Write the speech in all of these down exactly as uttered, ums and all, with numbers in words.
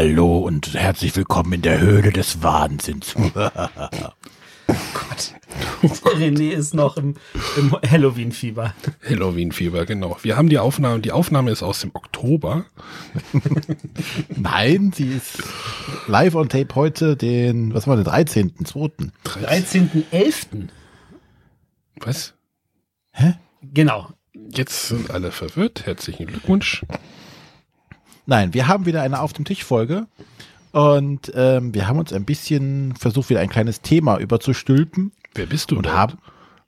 Hallo und herzlich willkommen in der Höhle des Wahnsinns. Oh Gott. René ist noch im, im Halloween-Fieber. Halloween-Fieber, genau. Wir haben die Aufnahme, die Aufnahme ist aus dem Oktober. Nein, sie ist live on tape heute, den, was war der, dreizehnten zweiten dreizehnten elften Was? Hä? Genau. Jetzt sind alle verwirrt. Herzlichen Glückwunsch. Nein, wir haben wieder eine Auf dem Tisch Folge und ähm, wir haben uns ein bisschen versucht, wieder ein kleines Thema überzustülpen. Wer bist du und denn? haben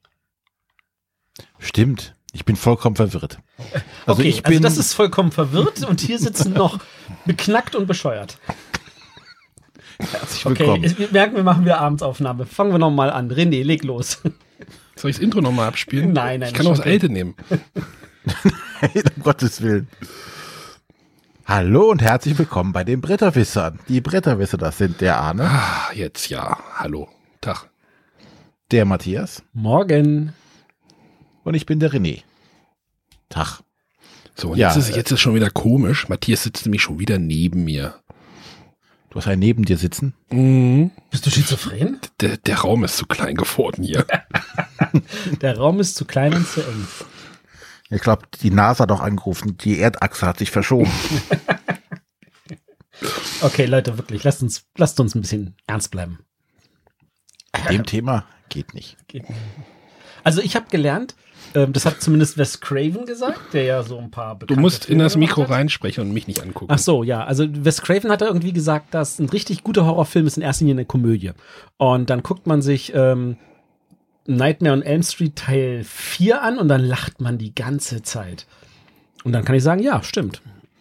Stimmt, ich bin vollkommen verwirrt. Also okay, ich bin, also das ist vollkommen verwirrt und hier sitzen noch beknackt und bescheuert. Herzlich willkommen. Okay, wir merken, wir machen wir Abendsaufnahme. Fangen wir nochmal an. René, leg los. Soll ich das Intro nochmal abspielen? Nein, nein. Ich kann auch das alte nehmen. Um Gottes Willen. Hallo und herzlich willkommen bei den Bretterwissern. Die Bretterwisser, das sind der Arne. Ah, jetzt ja. Hallo. Tag. Der Matthias. Morgen. Und ich bin der René. Tag. So, und ja, jetzt, ist, jetzt ist schon wieder komisch. Matthias sitzt nämlich schon wieder neben mir. Du hast einen neben dir sitzen? Mhm. Bist du schizophren? Der, der Raum ist zu klein geworden hier. Der Raum ist zu klein und zu eng. Ich glaube, die NASA hat doch angerufen. Die Erdachse hat sich verschoben. Okay, Leute, wirklich, lasst uns, lasst uns ein bisschen ernst bleiben. Dem Thema geht nicht. Geht nicht. Also ich habe gelernt, ähm, das hat zumindest Wes Craven gesagt, der ja so ein paar Du musst in das Mikro reinsprechen und mich nicht angucken. Ach so, ja. Also Wes Craven hat da irgendwie gesagt, dass ein richtig guter Horrorfilm ist in erster Linie eine Komödie. Und dann guckt man sich ähm, Nightmare on Elm Street Teil vier an und dann lacht man die ganze Zeit. Und dann kann ich sagen, ja, stimmt.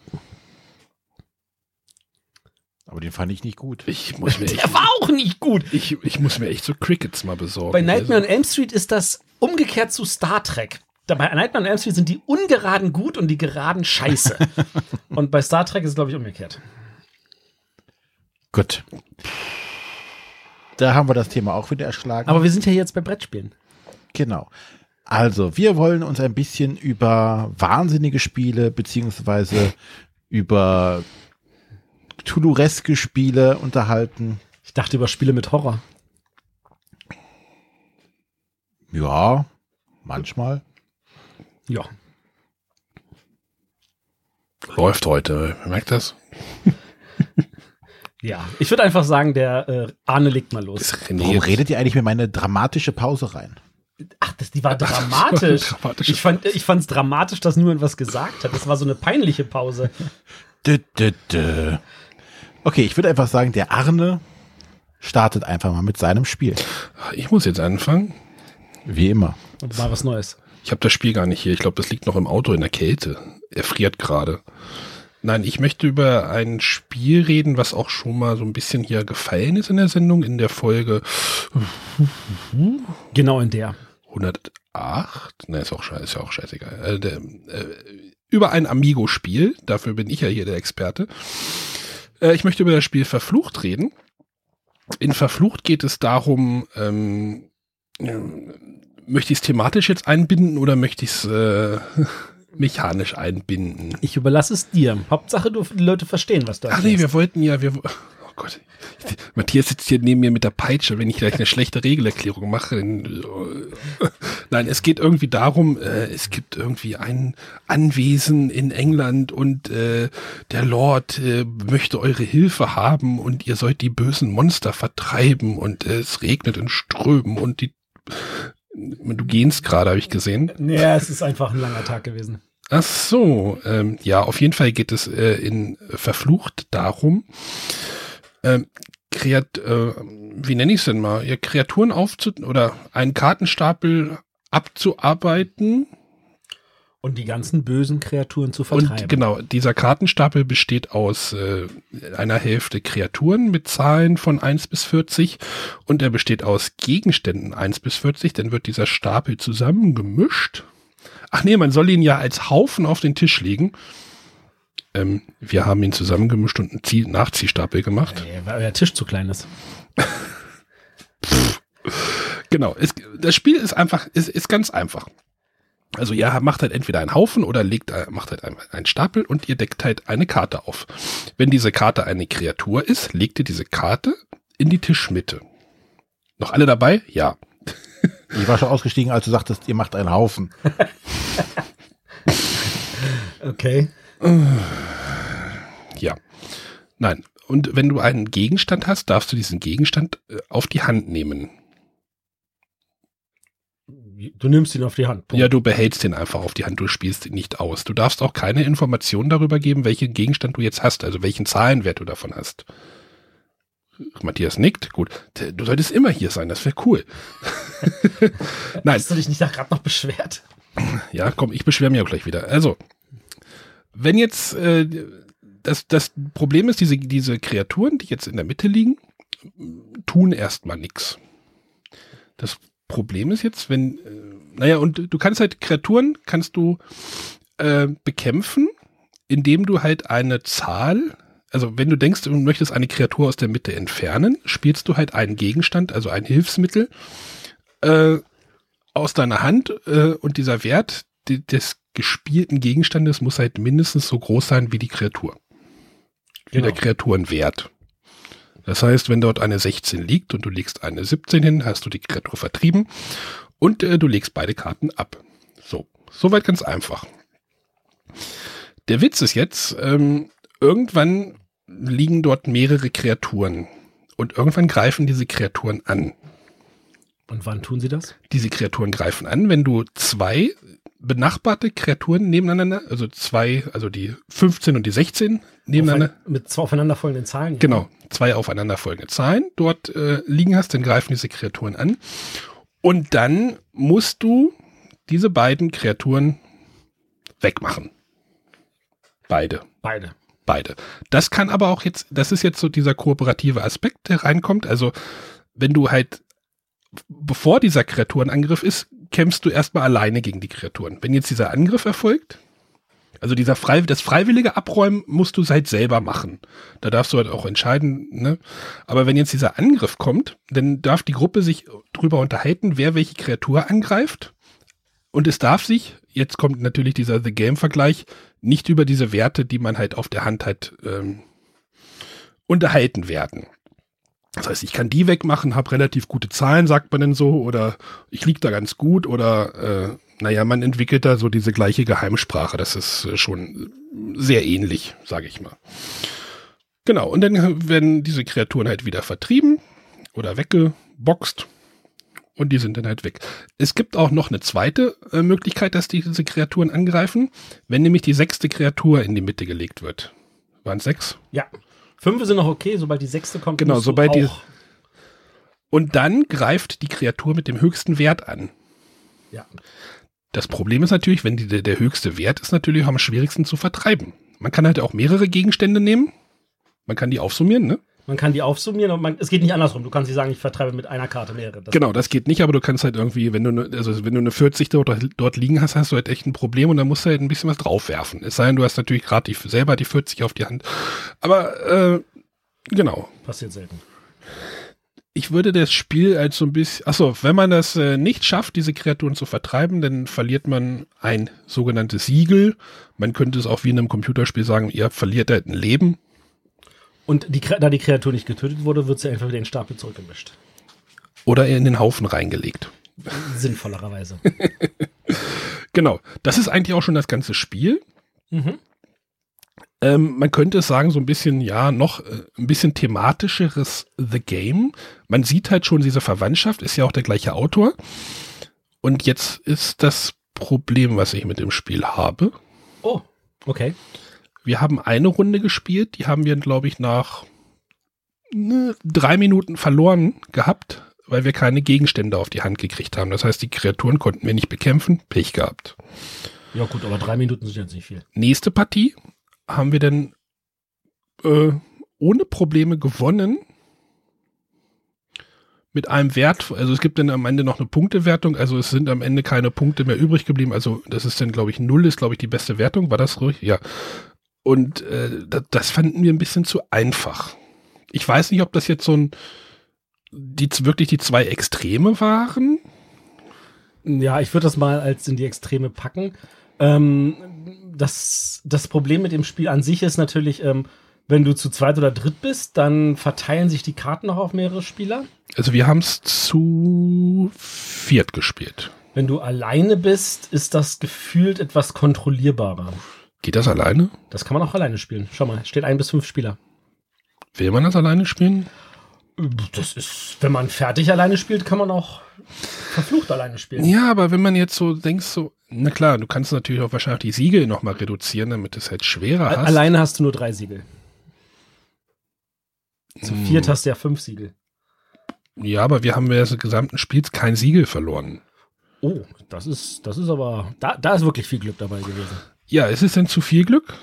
Aber den fand ich nicht gut. Ich muss mir echt, Der war auch nicht gut. ich, ich muss mir echt so Crickets mal besorgen. Bei Nightmare on Elm Street ist das umgekehrt zu Star Trek. Da bei Nightmare on Elm Street sind die ungeraden gut und die geraden scheiße. Und bei Star Trek ist es, glaube ich, umgekehrt. Gut. Da haben wir das Thema auch wieder erschlagen. Aber wir sind ja jetzt bei Brettspielen. Genau. Also, wir wollen uns ein bisschen über wahnsinnige Spiele beziehungsweise über Cthulhu-eske Spiele unterhalten. Ich dachte über Spiele mit Horror. Ja, manchmal. Ja. Läuft heute, merkt das? Ja, ich würde einfach sagen, der äh, Arne legt mal los. Ist René Warum jetzt- redet ihr eigentlich mit meine dramatische Pause rein? Ach, das, die war dramatisch. Dramatisch. Ich fand ich fand's dramatisch, dass nur was gesagt hat. Das war so eine peinliche Pause. Dö, dö, dö. Okay, ich würde einfach sagen, der Arne startet einfach mal mit seinem Spiel. Ich muss jetzt anfangen. Wie immer. Und mal was Neues. Ich habe das Spiel gar nicht hier. Ich glaube, das liegt noch im Auto in der Kälte. Er friert gerade. Nein, ich möchte über ein Spiel reden, was auch schon mal so ein bisschen hier gefallen ist in der Sendung, in der Folge Genau in der. hundertacht. Ne, ist auch scheiße, ist ja auch scheißegal. Äh, der, äh, über ein Amigo-Spiel. Dafür bin ich ja hier der Experte. Äh, ich möchte über das Spiel Verflucht reden. In Verflucht geht es darum, ähm, äh, möchte ich es thematisch jetzt einbinden oder möchte ich es äh, mechanisch einbinden? Ich überlasse es dir. Hauptsache, du, die Leute verstehen, was du Ach nee, erzählst. wir wollten ja, wir, oh Gott, Matthias sitzt hier neben mir mit der Peitsche, wenn ich gleich eine schlechte Regelerklärung mache. Dann, äh, nein, es geht irgendwie darum, äh, es gibt irgendwie ein Anwesen in England und äh, der Lord äh, möchte eure Hilfe haben und ihr sollt die bösen Monster vertreiben und äh, es regnet in Strömen und die, du gehst gerade, habe ich gesehen. Ja, es ist einfach ein langer Tag gewesen. Ach so, ähm, ja, auf jeden Fall geht es äh, in Verflucht darum, ähm, Kreat, äh, wie nenne ich es denn mal, ihr Kreaturen aufzu oder einen Kartenstapel abzuarbeiten. Und die ganzen bösen Kreaturen zu vertreiben. Und genau, dieser Kartenstapel besteht aus äh, einer Hälfte Kreaturen mit Zahlen von eins bis vierzig und er besteht aus Gegenständen eins bis vierzig, dann wird dieser Stapel zusammengemischt. Ach nee, man soll ihn ja als Haufen auf den Tisch legen. Ähm, wir haben ihn zusammengemischt und einen Zieh- Nachziehstapel gemacht. Ja, weil der Tisch zu klein ist. Genau, es, das Spiel ist einfach, ist, ist ganz einfach. Also ihr macht halt entweder einen Haufen oder legt, macht halt einen Stapel und ihr deckt halt eine Karte auf. Wenn diese Karte eine Kreatur ist, legt ihr diese Karte in die Tischmitte. Noch alle dabei? Ja. Ich war schon ausgestiegen, als du sagtest, ihr macht einen Haufen. Okay. Ja. Nein. Und wenn du einen Gegenstand hast, darfst du diesen Gegenstand auf die Hand nehmen. Du nimmst ihn auf die Hand. Punkt. Ja, du behältst ihn einfach auf die Hand, du spielst ihn nicht aus. Du darfst auch keine Informationen darüber geben, welchen Gegenstand du jetzt hast, also welchen Zahlenwert du davon hast. Matthias nickt. Gut, du solltest immer hier sein, das wäre cool. Nein. Hast du dich nicht da gerade noch beschwert? Ja, komm, ich beschwere mich auch gleich wieder. Also, wenn jetzt äh, das, das Problem ist, diese, diese Kreaturen, die jetzt in der Mitte liegen, tun erstmal nichts. Das Problem ist jetzt, wenn, äh, naja, und du kannst halt Kreaturen, kannst du äh, bekämpfen, indem du halt eine Zahl, also wenn du denkst, du möchtest eine Kreatur aus der Mitte entfernen, spielst du halt einen Gegenstand, also ein Hilfsmittel, äh, aus deiner Hand äh, und dieser Wert die, des gespielten Gegenstandes muss halt mindestens so groß sein wie die Kreatur. Wie genau. Der Kreaturenwert. Das heißt, wenn dort eine sechzehn liegt und du legst eine siebzehn hin, hast du die Kreatur vertrieben und äh, du legst beide Karten ab. So, soweit ganz einfach. Der Witz ist jetzt, ähm, irgendwann liegen dort mehrere Kreaturen und irgendwann greifen diese Kreaturen an. Und wann tun sie das? Diese Kreaturen greifen an, wenn du zwei benachbarte Kreaturen nebeneinander, also zwei, also die fünfzehn und die sechzehn nebeneinander. Auf ein, mit zwei aufeinanderfolgenden Zahlen? Genau, zwei aufeinanderfolgende Zahlen dort äh, liegen hast, dann greifen diese Kreaturen an. Und dann musst du diese beiden Kreaturen wegmachen. Beide. Beide. Beide. Das kann aber auch jetzt, das ist jetzt so dieser kooperative Aspekt, der reinkommt. Also wenn du halt bevor dieser Kreaturenangriff ist, kämpfst du erstmal alleine gegen die Kreaturen. Wenn jetzt dieser Angriff erfolgt, also dieser frei, das freiwillige Abräumen musst du halt selber machen. Da darfst du halt auch entscheiden, ne? Aber wenn jetzt dieser Angriff kommt, dann darf die Gruppe sich drüber unterhalten, wer welche Kreatur angreift. Und es darf sich, jetzt kommt natürlich dieser The Game-Vergleich, nicht über diese Werte, die man halt auf der Hand hat, ähm, unterhalten werden. Das heißt, ich kann die wegmachen, habe relativ gute Zahlen, sagt man denn so, oder ich liege da ganz gut, oder äh, naja, man entwickelt da so diese gleiche Geheimsprache. Das ist äh, schon sehr ähnlich, sage ich mal. Genau, und dann werden diese Kreaturen halt wieder vertrieben oder weggeboxt und die sind dann halt weg. Es gibt auch noch eine zweite äh, Möglichkeit, dass die, diese Kreaturen angreifen, wenn nämlich die sechste Kreatur in die Mitte gelegt wird. Waren es sechs? Ja. Fünf sind noch okay, sobald die sechste kommt. Genau, sobald die. Und dann greift die Kreatur mit dem höchsten Wert an. Ja. Das Problem ist natürlich, wenn die, der, der höchste Wert ist, natürlich am schwierigsten zu vertreiben. Man kann halt auch mehrere Gegenstände nehmen. Man kann die aufsummieren, ne? Man kann die aufsummieren und man, es geht nicht andersrum. Du kannst nicht sagen, ich vertreibe mit einer Karte mehrere. Das genau, das geht nicht, aber du kannst halt irgendwie, wenn du ne, also wenn du eine vierzig dort, dort liegen hast, hast du halt echt ein Problem und dann musst du halt ein bisschen was draufwerfen. Es sei denn, du hast natürlich gerade die, selber die vierzig auf die Hand. Aber, äh, genau. Passiert selten. Ich würde das Spiel als so ein bisschen, achso, wenn man das äh, nicht schafft, diese Kreaturen zu vertreiben, dann verliert man ein sogenanntes Siegel. Man könnte es auch wie in einem Computerspiel sagen, ihr verliert halt ein Leben. Und die, da die Kreatur nicht getötet wurde, wird sie einfach wieder in den Stapel zurückgemischt. Oder in den Haufen reingelegt. Sinnvollerweise. Genau. Das ist eigentlich auch schon das ganze Spiel. Mhm. Ähm, man könnte es sagen, so ein bisschen, ja, noch äh, ein bisschen thematischeres The Game. Man sieht halt schon diese Verwandtschaft, ist ja auch der gleiche Autor. Und jetzt ist das Problem, was ich mit dem Spiel habe. Oh, okay. Wir haben eine Runde gespielt, die haben wir, glaube ich, nach ne, drei Minuten verloren gehabt, weil wir keine Gegenstände auf die Hand gekriegt haben. Das heißt, die Kreaturen konnten wir nicht bekämpfen, Pech gehabt. Ja gut, aber drei Minuten sind jetzt nicht viel. Nächste Partie haben wir dann äh, ohne Probleme gewonnen. Mit einem Wert, also es gibt dann am Ende noch eine Punktewertung, also es sind am Ende keine Punkte mehr übrig geblieben, also das ist dann, glaube ich, null ist, glaube ich, die beste Wertung, war das ruhig? Ja. Und äh, das, das fanden wir ein bisschen zu einfach. Ich weiß nicht, ob das jetzt so ein, die wirklich die zwei Extreme waren. Ja, ich würde das mal als in die Extreme packen. Ähm, das, das Problem mit dem Spiel an sich ist natürlich, ähm, wenn du zu zweit oder dritt bist, dann verteilen sich die Karten noch auf mehrere Spieler. Also wir haben es zu viert gespielt. Wenn du alleine bist, ist das gefühlt etwas kontrollierbarer. Geht das alleine? Das kann man auch alleine spielen. Schau mal, steht ein bis fünf Spieler. Will man das alleine spielen? Das ist, wenn man fertig alleine spielt, kann man auch verflucht alleine spielen. Ja, aber wenn man jetzt so denkst, so, na klar, du kannst natürlich auch wahrscheinlich die Siegel nochmal reduzieren, damit es halt schwerer hast. Alleine hast du nur drei Siegel. Zu Hm. viert hast du ja fünf Siegel. Ja, aber wir haben während des gesamten Spiels kein Siegel verloren. Oh, das ist, das ist aber, da, da ist wirklich viel Glück dabei gewesen. Ja, ist es denn zu viel Glück?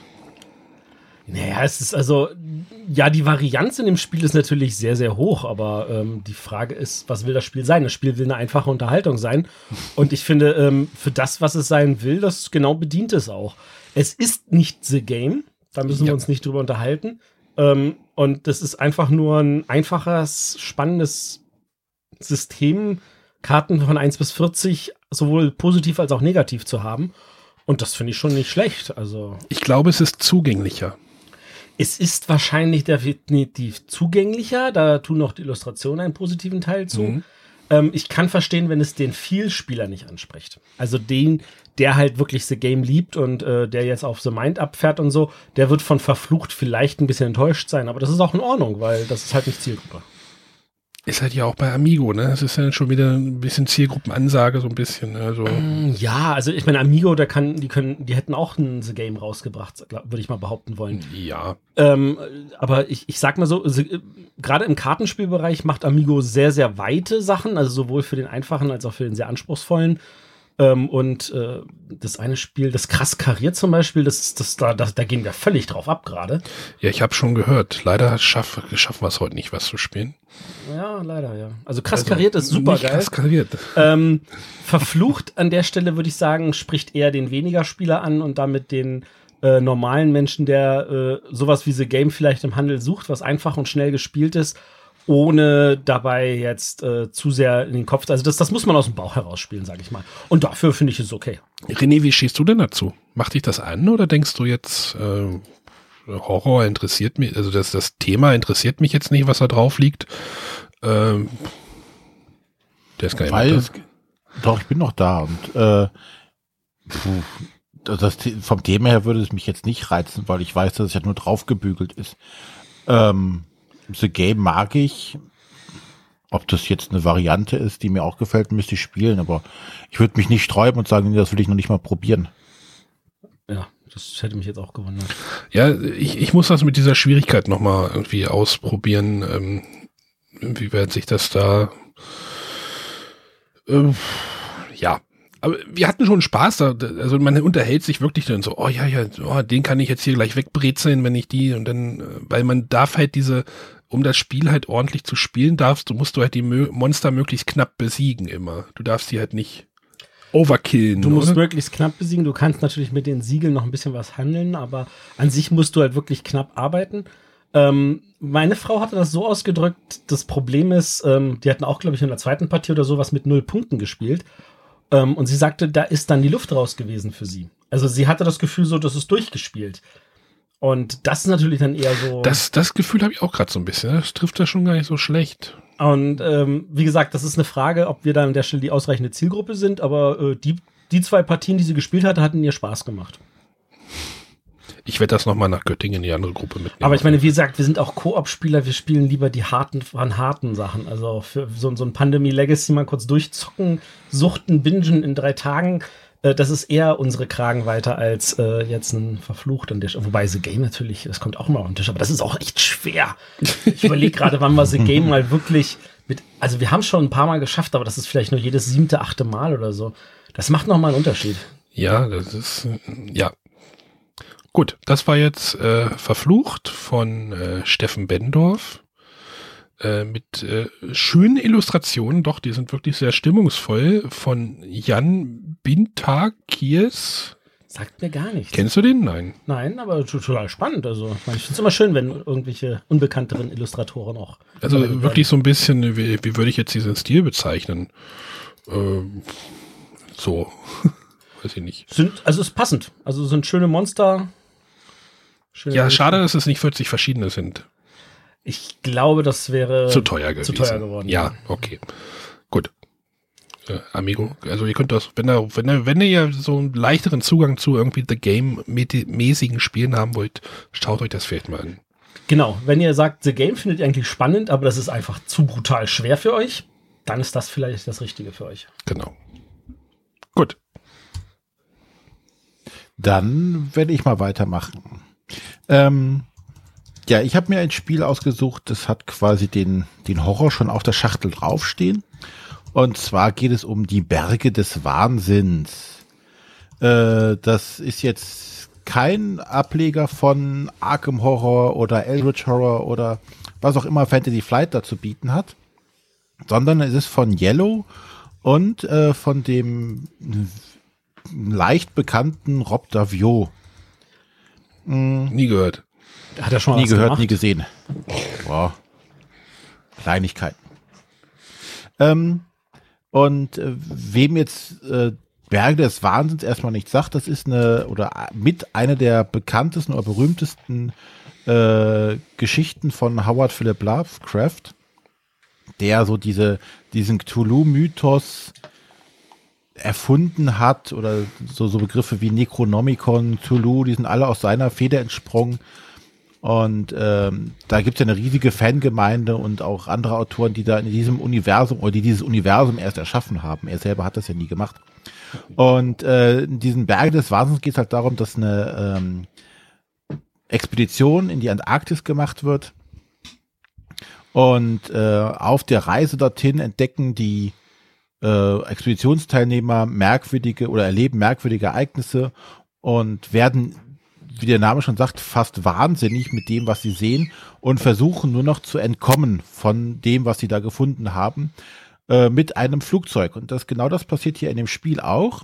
Naja, es ist also, ja, die Varianz in dem Spiel ist natürlich sehr, sehr hoch, aber ähm, die Frage ist, was will das Spiel sein? Das Spiel will eine einfache Unterhaltung sein und ich finde, ähm, für das, was es sein will, das genau bedient es auch. Es ist nicht The Game, da müssen Ja. wir uns nicht drüber unterhalten ähm, und das ist einfach nur ein einfaches, spannendes System, Karten von eins bis vierzig sowohl positiv als auch negativ zu haben und das finde ich schon nicht schlecht, also. Ich glaube, es ist zugänglicher. Es ist wahrscheinlich definitiv zugänglicher, da tun noch die Illustrationen einen positiven Teil zu. Mhm. Ähm, ich kann verstehen, wenn es den Vielspieler nicht anspricht. Also den, der halt wirklich The Game liebt und äh, der jetzt auf The Mind abfährt und so, der wird von Verflucht vielleicht ein bisschen enttäuscht sein, aber das ist auch in Ordnung, weil das ist halt nicht Zielgruppe. Ist halt ja auch bei Amigo, ne? Das ist ja schon wieder ein bisschen Zielgruppenansage, so ein bisschen. Also. Ja, also ich meine, Amigo, der kann, die können, die hätten auch ein The Game rausgebracht, würde ich mal behaupten wollen. Ja. Ähm, aber ich, ich sag mal so, so äh, gerade im Kartenspielbereich macht Amigo sehr, sehr weite Sachen, also sowohl für den einfachen als auch für den sehr anspruchsvollen. Ähm, und äh, das eine Spiel, das krass kariert zum Beispiel, das, das, da, das, da gehen wir völlig drauf ab gerade. Ja, ich habe schon gehört. Leider schaff, schaffen wir es heute nicht, was zu spielen. Ja, leider, ja. Also krass Also, kariert ist super nicht geil. krass kariert. Ähm, verflucht an der Stelle, würde ich sagen, spricht eher den weniger Spieler an und damit den äh, normalen Menschen, der äh, sowas wie The Game vielleicht im Handel sucht, was einfach und schnell gespielt ist, ohne dabei jetzt äh, zu sehr in den Kopf. Also das, das muss man aus dem Bauch heraus spielen, sage ich mal. Und dafür finde ich es okay. René, wie stehst du denn dazu? Macht dich das an oder denkst du jetzt, äh, Horror interessiert mich, also das, das Thema interessiert mich jetzt nicht, was da drauf liegt? Ähm, der ist gar nicht Weil mehr es, doch, ich bin noch da und äh, puh, das, vom Thema her würde es mich jetzt nicht reizen, weil ich weiß, dass es ja nur draufgebügelt ist. Ähm, The Game mag ich. Ob das jetzt eine Variante ist, die mir auch gefällt, müsste ich spielen, aber ich würde mich nicht sträuben und sagen, nee, das will ich noch nicht mal probieren. Ja, das hätte mich jetzt auch gewundert. Ja, ich, ich muss das mit dieser Schwierigkeit nochmal irgendwie ausprobieren, ähm, inwieweit sich das da ähm, ja, aber wir hatten schon Spaß da, also man unterhält sich wirklich dann so, oh ja, ja, oh, den kann ich jetzt hier gleich wegbrezeln, wenn ich die und dann, weil man darf halt diese, um das Spiel halt ordentlich zu spielen darfst, du musst du halt die Mö- Monster möglichst knapp besiegen immer. Du darfst die halt nicht overkillen. Du musst oder? möglichst knapp besiegen. Du kannst natürlich mit den Siegeln noch ein bisschen was handeln, aber an sich musst du halt wirklich knapp arbeiten. Ähm, meine Frau hatte das so ausgedrückt, das Problem ist, ähm, die hatten auch, glaube ich, in der zweiten Partie oder sowas mit null Punkten gespielt. Ähm, und sie sagte, da ist dann die Luft raus gewesen für sie. Also sie hatte das Gefühl so, das ist durchgespielt. Und das ist natürlich dann eher so. Das, das Gefühl habe ich auch gerade so ein bisschen. Das trifft ja schon gar nicht so schlecht. Und ähm, wie gesagt, das ist eine Frage, ob wir dann an der Stelle die ausreichende Zielgruppe sind, aber äh, die, die zwei Partien, die sie gespielt hatte, hatten ihr Spaß gemacht. Ich werde das nochmal nach Göttingen in die andere Gruppe mitnehmen. Aber ich meine, wie gesagt, wir sind auch Koop-Spieler, wir spielen lieber die harten von harten Sachen. Also für so, so ein Pandemie Legacy mal kurz durchzocken, suchten, bingen in drei Tagen, äh, das ist eher unsere Kragenweite als äh, jetzt ein verflucht an der Stelle. Wobei The Game natürlich, das kommt auch immer auf den Tisch, aber das ist auch echt schwer. Ich überlege gerade, wann wir The Game mal wirklich mit, also wir haben es schon ein paar Mal geschafft, aber das ist vielleicht nur jedes siebte, achte Mal oder so. Das macht nochmal einen Unterschied. Ja, das ist, ja. Gut, das war jetzt äh, Verflucht von äh, Steffen Bendorf äh, mit äh, schönen Illustrationen, doch, die sind wirklich sehr stimmungsvoll, von Jan Bintakies. Sagt mir gar nichts. Kennst du den? Nein. Nein, aber total spannend. Also ich, mein, ich finde es immer schön, wenn irgendwelche unbekannteren Illustratoren auch. Also wirklich so ein bisschen, wie, wie würde ich jetzt diesen Stil bezeichnen? Ähm, so. Weiß ich nicht. Sind, also ist passend. Also sind schöne Monster. Schöne Ja, schade, dass es nicht vierzig verschiedene sind. Ich glaube, das wäre zu teuer gewesen. Zu teuer geworden. Ja, okay. Gut. Äh, Amigo, also ihr könnt das, wenn ihr, wenn ihr, wenn ihr so einen leichteren Zugang zu irgendwie The Game-mäßigen Spielen haben wollt, schaut euch das vielleicht mal an. Genau, wenn ihr sagt, The Game findet ihr eigentlich spannend, aber das ist einfach zu brutal schwer für euch, dann ist das vielleicht das Richtige für euch. Genau. Gut. Dann werde ich mal weitermachen. Ähm, ja, ich habe mir ein Spiel ausgesucht, das hat quasi den, den Horror schon auf der Schachtel draufstehen. Und zwar geht es um die Berge des Wahnsinns. Äh, das ist jetzt kein Ableger von Arkham Horror oder Eldritch Horror oder was auch immer Fantasy Flight dazu bieten hat, sondern es ist von Yellow und äh, von dem leicht bekannten Rob Daviau. Hm. Nie gehört. Hat er schon nie was gehört, gemacht? nie gesehen. Boah. Kleinigkeiten. Ähm, und äh, wem jetzt äh, Berge des Wahnsinns erstmal nichts sagt, das ist eine oder mit einer der bekanntesten oder berühmtesten äh, Geschichten von Howard Philip Lovecraft, der so diese diesen Cthulhu-Mythos erfunden hat oder so, so Begriffe wie Necronomicon, Cthulhu, die sind alle aus seiner Feder entsprungen. Und ähm, da gibt es ja eine riesige Fangemeinde und auch andere Autoren, die da in diesem Universum oder die dieses Universum erst erschaffen haben. Er selber hat das ja nie gemacht. Und äh, in diesen Bergen des Wahnsinns geht es halt darum, dass eine ähm, Expedition in die Antarktis gemacht wird. Und äh, auf der Reise dorthin entdecken die äh, Expeditionsteilnehmer merkwürdige oder erleben merkwürdige Ereignisse und werden, wie der Name schon sagt, fast wahnsinnig mit dem, was sie sehen und versuchen nur noch zu entkommen von dem, was sie da gefunden haben, äh, mit einem Flugzeug. Und das genau das passiert hier in dem Spiel auch.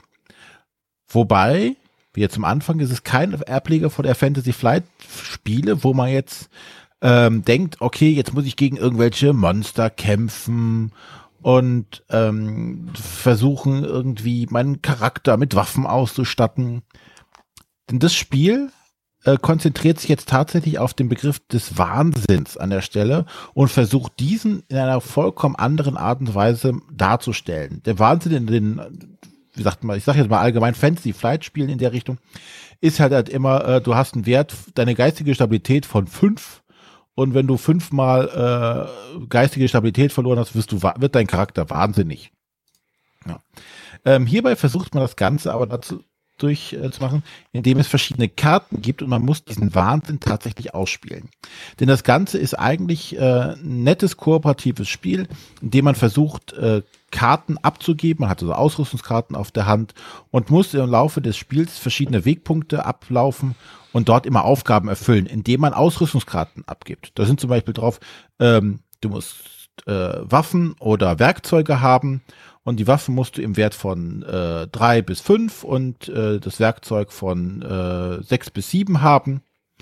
Wobei, wie jetzt am Anfang, ist es kein Ableger von der Fantasy Flight Spiele, wo man jetzt ähm, denkt, okay, jetzt muss ich gegen irgendwelche Monster kämpfen und ähm, versuchen irgendwie meinen Charakter mit Waffen auszustatten. Denn das Spiel äh, konzentriert sich jetzt tatsächlich auf den Begriff des Wahnsinns an der Stelle und versucht diesen in einer vollkommen anderen Art und Weise darzustellen. Der Wahnsinn in den, wie sagt man, ich sage jetzt mal allgemein Fantasy Flight Spielen in der Richtung, ist halt, halt immer, äh, du hast einen Wert, deine geistige Stabilität von fünf und wenn du fünfmal äh, geistige Stabilität verloren hast, wirst du, wird dein Charakter wahnsinnig. Ja. Ähm, hierbei versucht man das Ganze aber dazu durchzumachen, äh, indem es verschiedene Karten gibt und man muss diesen Wahnsinn tatsächlich ausspielen. Denn das Ganze ist eigentlich äh, ein nettes kooperatives Spiel, in dem man versucht, äh, Karten abzugeben. Man hat also Ausrüstungskarten auf der Hand und muss im Laufe des Spiels verschiedene Wegpunkte ablaufen und dort immer Aufgaben erfüllen, indem man Ausrüstungskarten abgibt. Da sind zum Beispiel drauf, ähm, du musst äh, Waffen oder Werkzeuge haben und die Waffen musst du im Wert von äh, drei bis fünf und äh, das Werkzeug von äh, sechs bis sieben haben.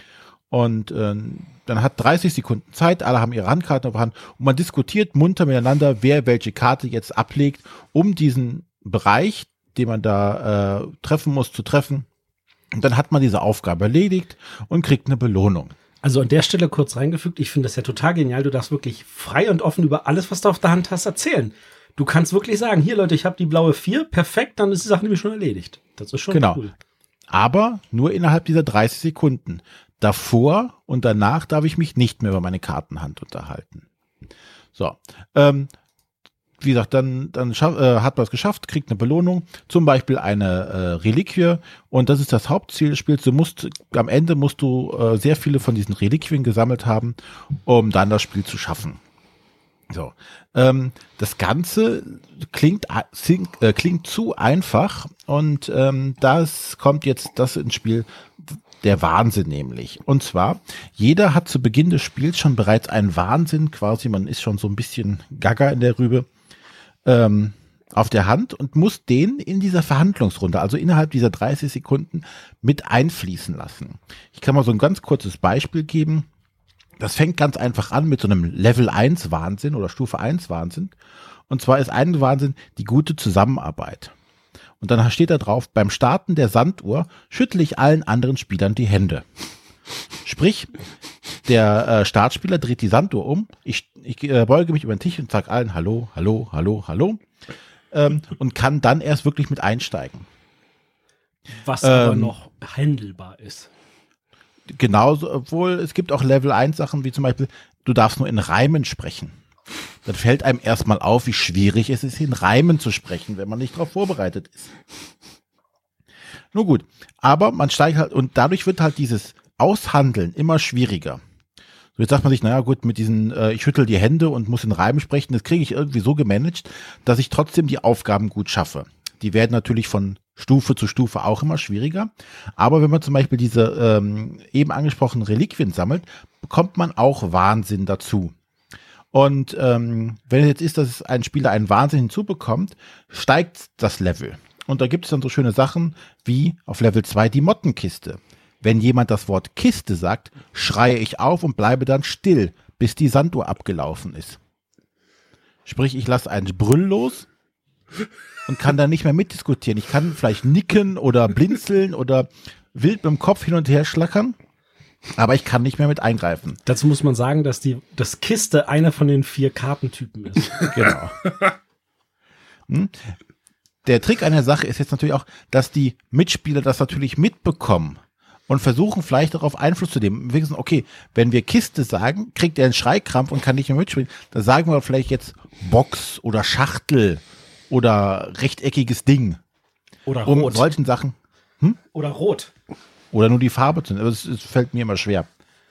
Und äh, dann hat dreißig Sekunden Zeit, alle haben ihre Handkarten auf der Hand und man diskutiert munter miteinander, wer welche Karte jetzt ablegt, um diesen Bereich, den man da äh, treffen muss, zu treffen. Und dann hat man diese Aufgabe erledigt und kriegt eine Belohnung. Also an der Stelle kurz reingefügt, ich finde das ja total genial. Du darfst wirklich frei und offen über alles, was du auf der Hand hast, erzählen. Du kannst wirklich sagen, hier Leute, ich habe die blaue vier, perfekt, dann ist die Sache nämlich schon erledigt. Das ist schon genau. Cool. Aber nur innerhalb dieser dreißig Sekunden. Davor und danach darf ich mich nicht mehr über meine Kartenhand unterhalten. So, ähm, wie gesagt, dann, dann schaff, äh, hat man es geschafft, kriegt eine Belohnung, zum Beispiel eine äh, Reliquie und das ist das Hauptziel des Spiels. Du musst, am Ende musst du äh, sehr viele von diesen Reliquien gesammelt haben, um dann das Spiel zu schaffen. So, ähm, das Ganze klingt, äh, klingt zu einfach und ähm, das kommt jetzt das ins Spiel, der Wahnsinn nämlich. Und zwar, jeder hat zu Beginn des Spiels schon bereits einen Wahnsinn, quasi, man ist schon so ein bisschen gaga in der Rübe, ähm, auf der Hand und muss den in dieser Verhandlungsrunde, also innerhalb dieser dreißig Sekunden, mit einfließen lassen. Ich kann mal so ein ganz kurzes Beispiel geben. Das fängt ganz einfach an mit so einem Level eins Wahnsinn oder Stufe eins Wahnsinn. Und zwar ist ein Wahnsinn die gute Zusammenarbeit. Und dann steht da drauf, beim Starten der Sanduhr schüttle ich allen anderen Spielern die Hände. Sprich, der äh, Startspieler dreht die Sanduhr um, ich, ich äh, beuge mich über den Tisch und sage allen Hallo, Hallo, Hallo, Hallo ähm, und kann dann erst wirklich mit einsteigen. Was ähm, aber noch handelbar ist. Genauso, obwohl es gibt auch Level eins Sachen, wie zum Beispiel, du darfst nur in Reimen sprechen. Dann fällt einem erstmal auf, wie schwierig es ist, in Reimen zu sprechen, wenn man nicht darauf vorbereitet ist. Nur gut, aber man steigt halt, und dadurch wird halt dieses Aushandeln immer schwieriger. So, jetzt sagt man sich, naja gut, mit diesen, äh, ich schüttel die Hände und muss in Reimen sprechen, das kriege ich irgendwie so gemanagt, dass ich trotzdem die Aufgaben gut schaffe. Die werden natürlich von Stufe zu Stufe auch immer schwieriger. Aber wenn man zum Beispiel diese ähm, eben angesprochenen Reliquien sammelt, bekommt man auch Wahnsinn dazu. Und ähm, wenn es jetzt ist, dass ein Spieler einen Wahnsinn hinzubekommt, steigt das Level. Und da gibt es dann so schöne Sachen wie auf Level zwei die Mottenkiste. Wenn jemand das Wort Kiste sagt, schreie ich auf und bleibe dann still, bis die Sanduhr abgelaufen ist. Sprich, ich lasse einen Brüll los und kann dann nicht mehr mitdiskutieren. Ich kann vielleicht nicken oder blinzeln oder wild mit dem Kopf hin und her schlackern, aber ich kann nicht mehr mit eingreifen. Dazu muss man sagen, dass die das Kiste einer von den vier Kartentypen ist. Genau. Hm? Der Trick an der Sache ist jetzt natürlich auch, dass die Mitspieler das natürlich mitbekommen und versuchen vielleicht darauf Einfluss zu nehmen. Wir wissen, okay, wenn wir Kiste sagen, kriegt er einen Schreikrampf und kann nicht mehr mitspielen. Da sagen wir vielleicht jetzt Box oder Schachtel oder rechteckiges Ding. Oder um rot. solchen Sachen. Hm? Oder rot. Oder nur die Farbe zu nehmen. Das, das fällt mir immer schwer.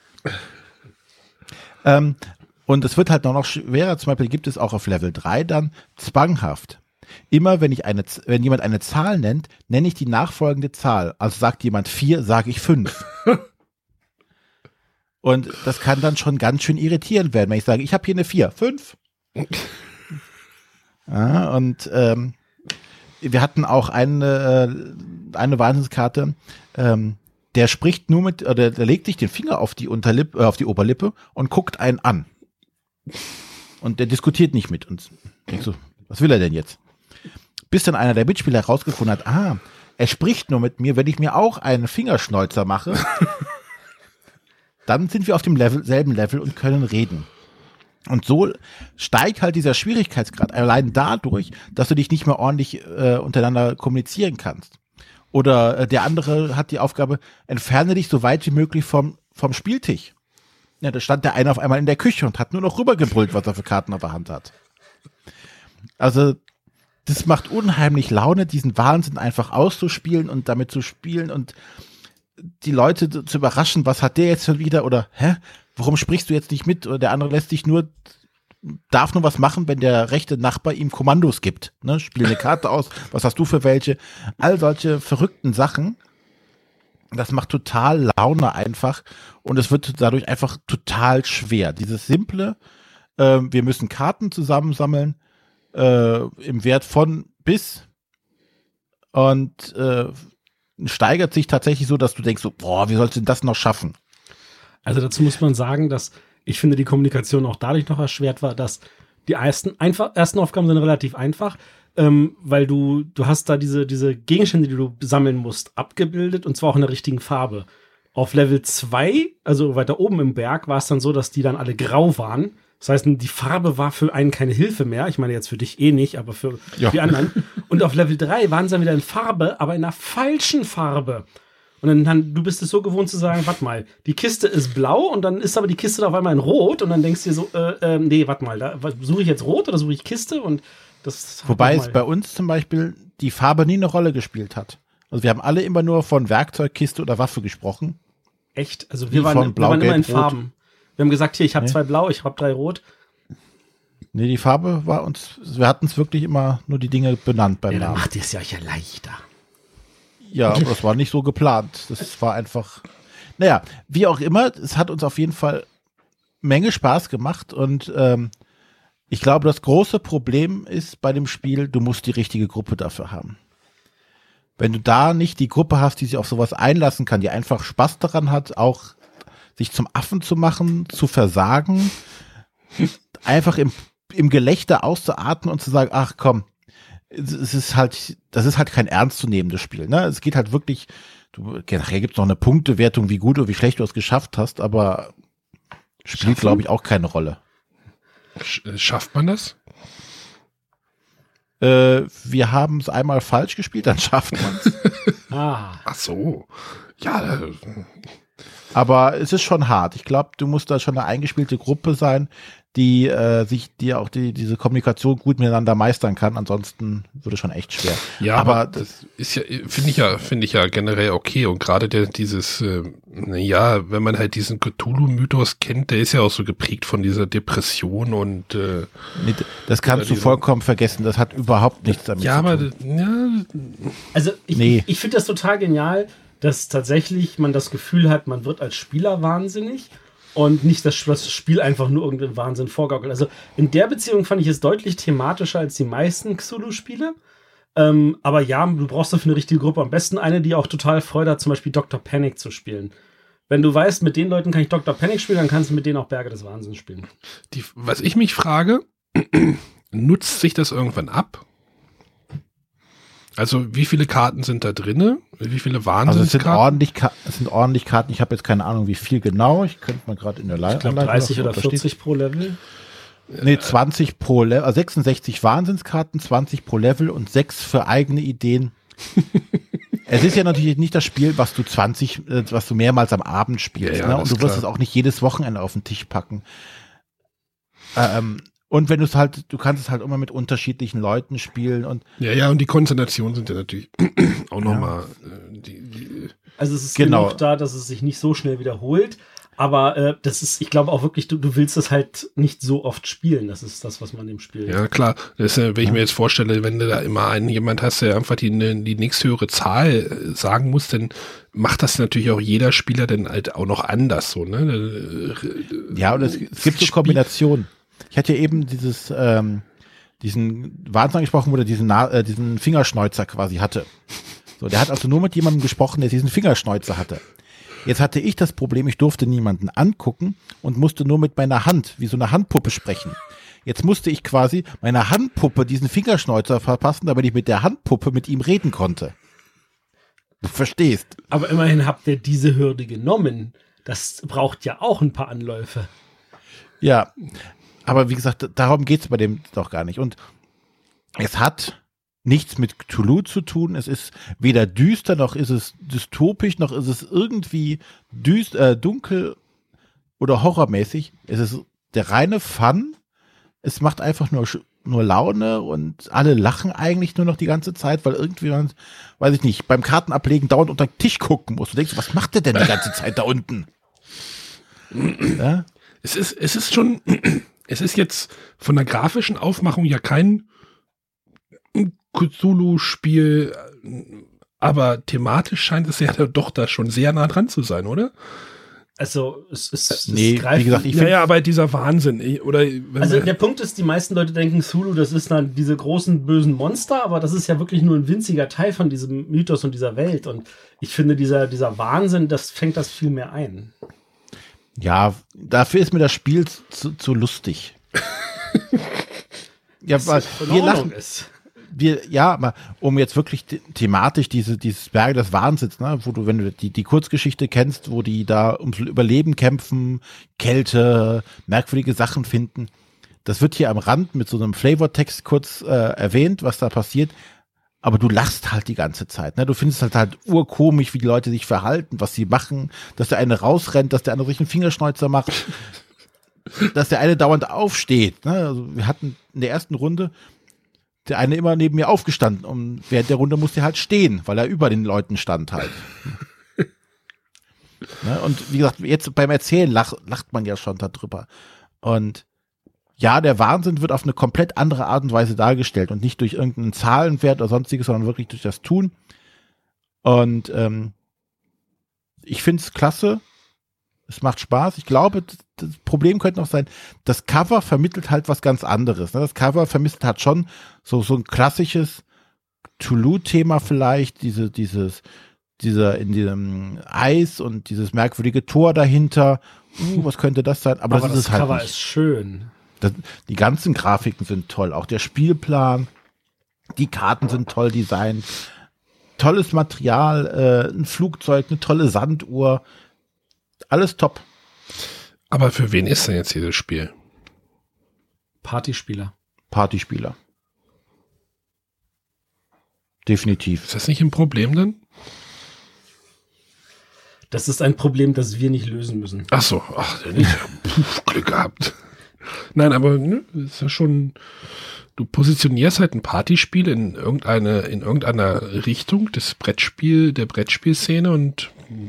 ähm, und es wird halt noch, noch schwerer. Zum Beispiel gibt es auch auf Level drei dann zwanghaft. Immer wenn ich eine, wenn jemand eine Zahl nennt, nenne ich die nachfolgende Zahl. Also sagt jemand vier, sage ich fünf. Und das kann dann schon ganz schön irritierend werden, wenn ich sage, ich habe hier eine vier, fünf. Ja, und ähm, wir hatten auch eine, äh, eine Wahnsinnskarte, ähm, der spricht nur mit, oder der legt sich den Finger auf die Unterlippe, äh, auf die Oberlippe und guckt einen an. Und der diskutiert nicht mit uns. Denkst du, was will er denn jetzt? Bis dann einer der Mitspieler herausgefunden hat, ah, er spricht nur mit mir, wenn ich mir auch einen Fingerschnäuzer mache. Dann sind wir auf dem Level, selben Level und können reden. Und so steigt halt dieser Schwierigkeitsgrad allein dadurch, dass du dich nicht mehr ordentlich äh, untereinander kommunizieren kannst. Oder äh, der andere hat die Aufgabe, entferne dich so weit wie möglich vom, vom Spieltisch. Ja, da stand der eine auf einmal in der Küche und hat nur noch rübergebrüllt, was er für Karten auf der Hand hat. Also das macht unheimlich Laune, diesen Wahnsinn einfach auszuspielen und damit zu spielen und die Leute zu überraschen, was hat der jetzt schon wieder oder hä, warum sprichst du jetzt nicht mit? Oder der andere lässt sich nur, darf nur was machen, wenn der rechte Nachbar ihm Kommandos gibt. Ne? Spiel eine Karte aus, was hast du für welche? All solche verrückten Sachen. Das macht total Laune einfach und es wird dadurch einfach total schwer. Dieses simple, äh, wir müssen Karten zusammensammeln, Äh, im Wert von bis und äh, steigert sich tatsächlich so, dass du denkst, so, boah, wie sollst du denn das noch schaffen? Also dazu muss man sagen, dass ich finde, die Kommunikation auch dadurch noch erschwert war, dass die ersten, einfach, ersten Aufgaben sind relativ einfach, ähm, weil du, du hast da diese, diese Gegenstände, die du sammeln musst, abgebildet und zwar auch in der richtigen Farbe. Auf Level zwei, also weiter oben im Berg, war es dann so, dass die dann alle grau waren. Das heißt, die Farbe war für einen keine Hilfe mehr. Ich meine jetzt für dich eh nicht, aber für ja. die anderen. Und auf Level drei waren sie dann wieder in Farbe, aber in einer falschen Farbe. Und dann, dann du bist es so gewohnt zu sagen, warte mal, die Kiste ist blau und dann ist aber die Kiste da auf einmal in rot und dann denkst du dir so, äh, äh, nee, warte mal, da, suche ich jetzt rot oder suche ich Kiste? Und das Wobei es bei uns zum Beispiel die Farbe nie eine Rolle gespielt hat. Also wir haben alle immer nur von Werkzeug, Kiste oder Waffe gesprochen. Echt? Also wir Wie waren, von Blau, wir waren immer in Gelb, Rot. Farben. Wir haben gesagt, hier, ich habe Nee. zwei blau, ich habe drei rot. Nee, die Farbe war uns, wir hatten es wirklich immer nur die Dinge benannt beim Ja, dann Namen. macht ihr es ja euch ja leichter. Ja, aber das war nicht so geplant. Das war einfach, naja, wie auch immer, es hat uns auf jeden Fall Menge Spaß gemacht und ähm, ich glaube, das große Problem ist bei dem Spiel, du musst die richtige Gruppe dafür haben. Wenn du da nicht die Gruppe hast, die sich auf sowas einlassen kann, die einfach Spaß daran hat, auch sich zum Affen zu machen, zu versagen, einfach im, im Gelächter auszuatmen und zu sagen, ach komm, es ist halt, das ist halt kein ernstzunehmendes Spiel, ne? Es geht halt wirklich, du, nachher gibt's noch eine Punktewertung, wie gut oder wie schlecht du es geschafft hast, aber spielt, glaube ich, auch keine Rolle. Schafft man das? Äh, wir haben es einmal falsch gespielt, dann schafft man es. ah. Ach so. Ja. Aber es ist schon hart. Ich glaube, du musst da schon eine eingespielte Gruppe sein, die äh, sich, die auch die diese Kommunikation gut miteinander meistern kann. Ansonsten würde es schon echt schwer. Ja, aber, aber das ist ja, finde ich ja, finde ich ja generell okay. Und gerade der dieses, äh, ja, wenn man halt diesen Cthulhu-Mythos kennt, der ist ja auch so geprägt von dieser Depression und äh, nee, das kannst du vollkommen vergessen. Das hat überhaupt nichts damit ja, zu tun. Aber, ja, also ich, nee. ich, ich finde das total genial, dass tatsächlich man das Gefühl hat, man wird als Spieler wahnsinnig. Und nicht, dass das Spiel einfach nur irgendeinen Wahnsinn vorgaukelt. Also in der Beziehung fand ich es deutlich thematischer als die meisten Cthulhu-Spiele. Ähm, aber ja, du brauchst dafür eine richtige Gruppe. Am besten eine, die auch total Freude hat, zum Beispiel Doktor Panic zu spielen. Wenn du weißt, mit den Leuten kann ich Doktor Panic spielen, dann kannst du mit denen auch Berge des Wahnsinns spielen. Die, was ich mich frage, nutzt sich das irgendwann ab? Also wie viele Karten sind da drinne? Wie viele Wahnsinnskarten? Also es sind ordentlich, es sind ordentlich Karten. Ich habe jetzt keine Ahnung, wie viel genau. Ich könnte mal gerade in der Leitung. Ich glaube dreißig oder vierzig pro Level. Nee, zwanzig pro Level. Also sechsundsechzig Wahnsinnskarten, zwanzig pro Level und sechs für eigene Ideen. Es ist ja natürlich nicht das Spiel, was du zwanzig, was du mehrmals am Abend spielst. Ja, ja, ne? Und du wirst es auch nicht jedes Wochenende auf den Tisch packen. Ähm, Und wenn du es halt, du kannst es halt immer mit unterschiedlichen Leuten spielen und. Ja, ja, und die Konstellationen sind ja natürlich auch nochmal. Ja. Die, die also es ist genau genug da, dass es sich nicht so schnell wiederholt. Aber äh, das ist, ich glaube auch wirklich, du, du willst es halt nicht so oft spielen. Das ist das, was man im Spiel. Ja, klar. Das ist, wenn ich mir jetzt vorstelle, wenn du da immer einen jemand hast, der einfach die, die nächsthöhere Zahl sagen muss, dann macht das natürlich auch jeder Spieler dann halt auch noch anders so, ne? Ja, und es, es gibt so Kombinationen. Ich hatte ja eben dieses, ähm, diesen Wahnsinn angesprochen, wo der diesen, äh, diesen Fingerschneuzer quasi hatte. So, der hat also nur mit jemandem gesprochen, der diesen Fingerschneuzer hatte. Jetzt hatte ich das Problem, ich durfte niemanden angucken und musste nur mit meiner Hand, wie so eine Handpuppe sprechen. Jetzt musste ich quasi meiner Handpuppe diesen Fingerschneuzer verpassen, damit ich mit der Handpuppe mit ihm reden konnte. Du verstehst. Aber immerhin habt ihr diese Hürde genommen. Das braucht ja auch ein paar Anläufe. Ja, aber wie gesagt, darum geht's bei dem doch gar nicht. Und es hat nichts mit Cthulhu zu tun. Es ist weder düster, noch ist es dystopisch, noch ist es irgendwie düst, äh, dunkel oder horrormäßig. Es ist der reine Fun. Es macht einfach nur, nur Laune und alle lachen eigentlich nur noch die ganze Zeit, weil irgendwie man, weiß ich nicht, beim Kartenablegen dauernd unter den Tisch gucken muss. Du denkst, was macht der denn die ganze Zeit da unten? Ja? Es ist, es ist schon, es ist jetzt von der grafischen Aufmachung ja kein Cthulhu-Spiel, aber thematisch scheint es ja doch da schon sehr nah dran zu sein, oder? Also, es ist, es nee, greift, wie gesagt, ich finde ja, aber dieser Wahnsinn, oder? Also, der Punkt ist, die meisten Leute denken, Cthulhu, das ist dann diese großen, bösen Monster, aber das ist ja wirklich nur ein winziger Teil von diesem Mythos und dieser Welt und ich finde, dieser, dieser Wahnsinn, das fängt das viel mehr ein. Ja, dafür ist mir das Spiel zu, zu lustig. Ja, weil wir lachen. Ist. Wir, ja, aber um jetzt wirklich thematisch diese, dieses Berge des Wahnsinns, ne, wo du, wenn du die, die Kurzgeschichte kennst, wo die da ums Überleben kämpfen, Kälte, merkwürdige Sachen finden, das wird hier am Rand mit so einem Flavortext kurz äh, erwähnt, was da passiert, aber du lachst halt die ganze Zeit, ne, du findest halt halt urkomisch, wie die Leute sich verhalten, was sie machen, dass der eine rausrennt, dass der andere sich einen Fingerschneuzer macht, dass der eine dauernd aufsteht, ne, also wir hatten in der ersten Runde der eine immer neben mir aufgestanden und während der Runde musste er halt stehen, weil er über den Leuten stand halt. Ne? Und wie gesagt, jetzt beim Erzählen lach, lacht man ja schon darüber. Und ja, der Wahnsinn wird auf eine komplett andere Art und Weise dargestellt und nicht durch irgendeinen Zahlenwert oder sonstiges, sondern wirklich durch das Tun. Und ähm, ich finde es klasse. Es macht Spaß. Ich glaube, das Problem könnte noch sein, das Cover vermittelt halt was ganz anderes. Ne? Das Cover vermittelt halt schon so, so ein klassisches Cthulhu-Thema vielleicht, diese, dieses, dieser in diesem Eis und dieses merkwürdige Tor dahinter. Uh, was könnte das sein? Aber, Aber das, das ist das Cover halt nicht. ist schön. Das, die ganzen Grafiken sind toll. Auch der Spielplan. Die Karten sind toll designt. Tolles Material, äh, ein Flugzeug, eine tolle Sanduhr. Alles top. Aber für wen ist denn jetzt dieses Spiel? Partyspieler. Partyspieler. Definitiv. Ist das nicht ein Problem dann? Das ist ein Problem, das wir nicht lösen müssen. Ach so, ach, nicht. Puh, Glück gehabt. Nein, aber ne, ist ja schon. Du positionierst halt ein Partyspiel in irgendeine, in irgendeiner Richtung des Brettspiel, der Brettspielszene und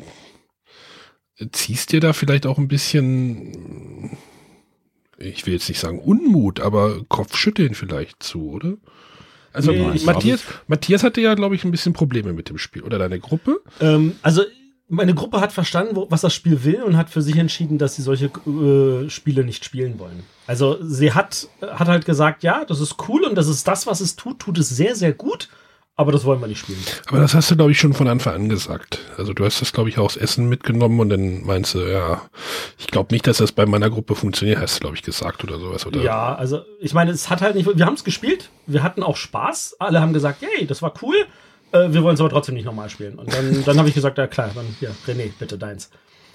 ziehst dir da vielleicht auch ein bisschen, ich will jetzt nicht sagen Unmut, aber Kopfschütteln vielleicht zu, oder? Also Nee, ich- Matthias, Matthias hatte ja, glaube ich, ein bisschen Probleme mit dem Spiel. Oder deine Gruppe? Ähm, also meine Gruppe hat verstanden, wo, was das Spiel will und hat für sich entschieden, dass sie solche äh, Spiele nicht spielen wollen. Also sie hat, hat halt gesagt, ja, das ist cool und das ist das, was es tut, tut es sehr, sehr gut, aber das wollen wir nicht spielen. Aber das hast du, glaube ich, schon von Anfang an gesagt. Also du hast das, glaube ich, auch aus Essen mitgenommen und dann meinst du, ja, ich glaube nicht, dass das bei meiner Gruppe funktioniert, hast du, glaube ich, gesagt oder sowas. Oder? Ja, also ich meine, es hat halt nicht, wir haben es gespielt, wir hatten auch Spaß, alle haben gesagt, hey, das war cool, äh, wir wollen es aber trotzdem nicht nochmal spielen. Und dann, dann habe ich gesagt, ja klar, dann hier, René, bitte deins.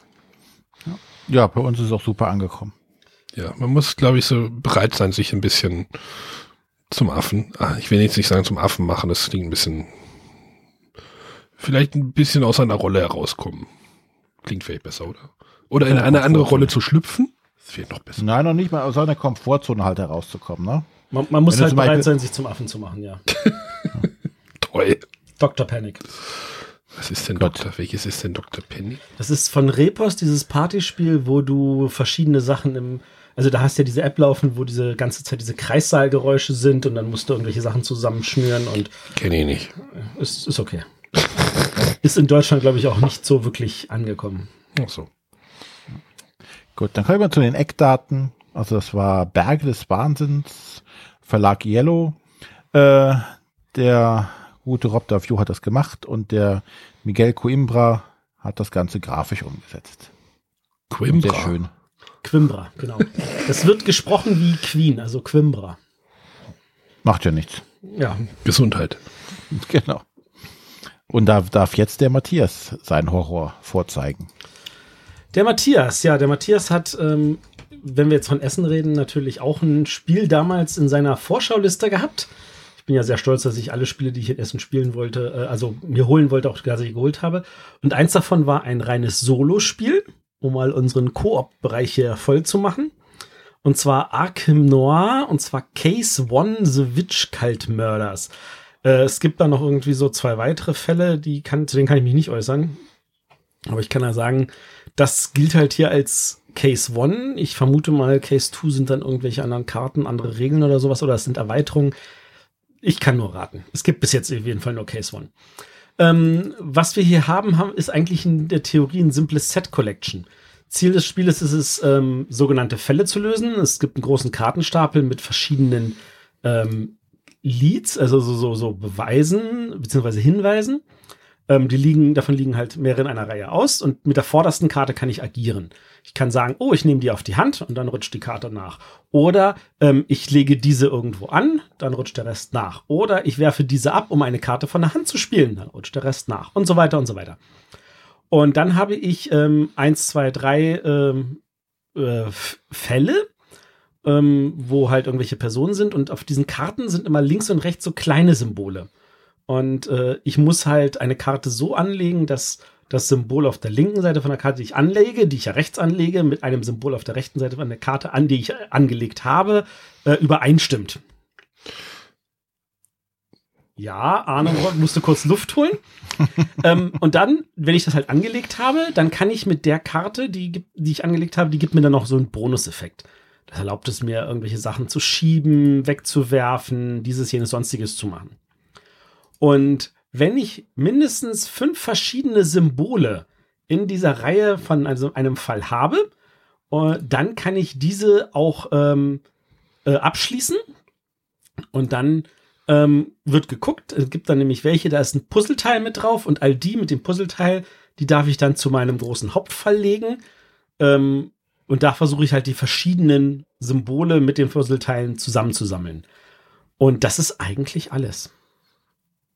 Ja, bei uns ist es auch super angekommen. Ja, man muss, glaube ich, so bereit sein, sich ein bisschen zum Affen, ah, ich will jetzt nicht sagen zum Affen machen, das klingt ein bisschen, vielleicht ein bisschen aus einer Rolle herauskommen. Klingt vielleicht besser, oder? Oder in Ja, eine andere Komfortzone. Rolle zu schlüpfen? Das fehlt noch besser. Nein, noch nicht mal aus seiner Komfortzone halt herauszukommen, ne? Man, man muss Wenn du halt zum bereit Beispiel- sein, sich zum Affen zu machen, ja. Toll. Doktor Panic. Was ist denn Gott. Doktor? Welches ist denn Doktor Penny? Das ist von Repos, dieses Partyspiel, wo du verschiedene Sachen im, also da hast du ja diese App laufen, wo diese ganze Zeit diese Kreissaalgeräusche sind und dann musst du irgendwelche Sachen zusammenschnüren und Kenne ich nicht. ist, ist okay. Ist in Deutschland, glaube ich, auch nicht so wirklich angekommen. Ach so. Gut, dann kommen wir zu den Eckdaten. Also das war Berge des Wahnsinns, Verlag Yellow. Äh, der gute Rob Daviau hat das gemacht und der Miguel Coimbra hat das Ganze grafisch umgesetzt. Coimbra. Sehr schön. Quimbra, genau. Das wird gesprochen wie Queen, also Quimbra. Macht ja nichts. Ja, Gesundheit. Genau. Und da darf jetzt der Matthias seinen Horror vorzeigen. der Matthias, ja, der Matthias hat, ähm, wenn wir jetzt von Essen reden, natürlich auch ein Spiel damals in seiner Vorschauliste gehabt. Ich bin ja sehr stolz, dass ich alle Spiele, die ich in Essen spielen wollte, äh, also mir holen wollte, auch tatsächlich geholt habe. Und eins davon war ein reines Solo-Spiel, um mal unseren Koop-Bereich hier voll zu machen. Und zwar Arkham Noir, und zwar Case One, The Witch Cult Murders. Äh, es gibt da noch irgendwie so zwei weitere Fälle, die kann, zu denen kann ich mich nicht äußern. Aber ich kann ja sagen, das gilt halt hier als Case One. Ich vermute mal, Case Two sind dann irgendwelche anderen Karten, andere Regeln oder sowas, oder es sind Erweiterungen. Ich kann nur raten. Es gibt bis jetzt auf jeden Fall nur Case One. Ähm, was wir hier haben, haben, ist eigentlich in der Theorie ein simples Set-Collection. Ziel des Spieles ist es, ähm, sogenannte Fälle zu lösen. Es gibt einen großen Kartenstapel mit verschiedenen ähm, Leads, also so, so, so Beweisen beziehungsweise Hinweisen. Ähm, die liegen, davon liegen halt mehrere in einer Reihe aus und mit der vordersten Karte kann ich agieren. Ich kann sagen, oh, ich nehme die auf die Hand und dann rutscht die Karte nach. Oder ähm, ich lege diese irgendwo an, dann rutscht der Rest nach. Oder ich werfe diese ab, um eine Karte von der Hand zu spielen, dann rutscht der Rest nach und so weiter und so weiter. Und dann habe ich ähm, eins, zwei, drei ähm, äh, Fälle, ähm, wo halt irgendwelche Personen sind und auf diesen Karten sind immer links und rechts so kleine Symbole. Und äh, ich muss halt eine Karte so anlegen, dass das Symbol auf der linken Seite von der Karte, die ich anlege, die ich ja rechts anlege, mit einem Symbol auf der rechten Seite von der Karte an, die ich angelegt habe, äh, übereinstimmt. Ja, Arne musste kurz Luft holen. ähm, und dann, wenn ich das halt angelegt habe, dann kann ich mit der Karte, die, die ich angelegt habe, die gibt mir dann noch so einen Bonuseffekt. Das erlaubt es mir, irgendwelche Sachen zu schieben, wegzuwerfen, dieses, jenes, sonstiges zu machen. Und wenn ich mindestens fünf verschiedene Symbole in dieser Reihe von also einem Fall habe, äh, dann kann ich diese auch ähm, äh, abschließen. Und dann ähm, wird geguckt, es gibt dann nämlich welche, da ist ein Puzzleteil mit drauf und all die mit dem Puzzleteil, die darf ich dann zu meinem großen Hauptfall legen. Ähm, und da versuche ich halt die verschiedenen Symbole mit den Puzzleteilen zusammenzusammeln. Und das ist eigentlich alles.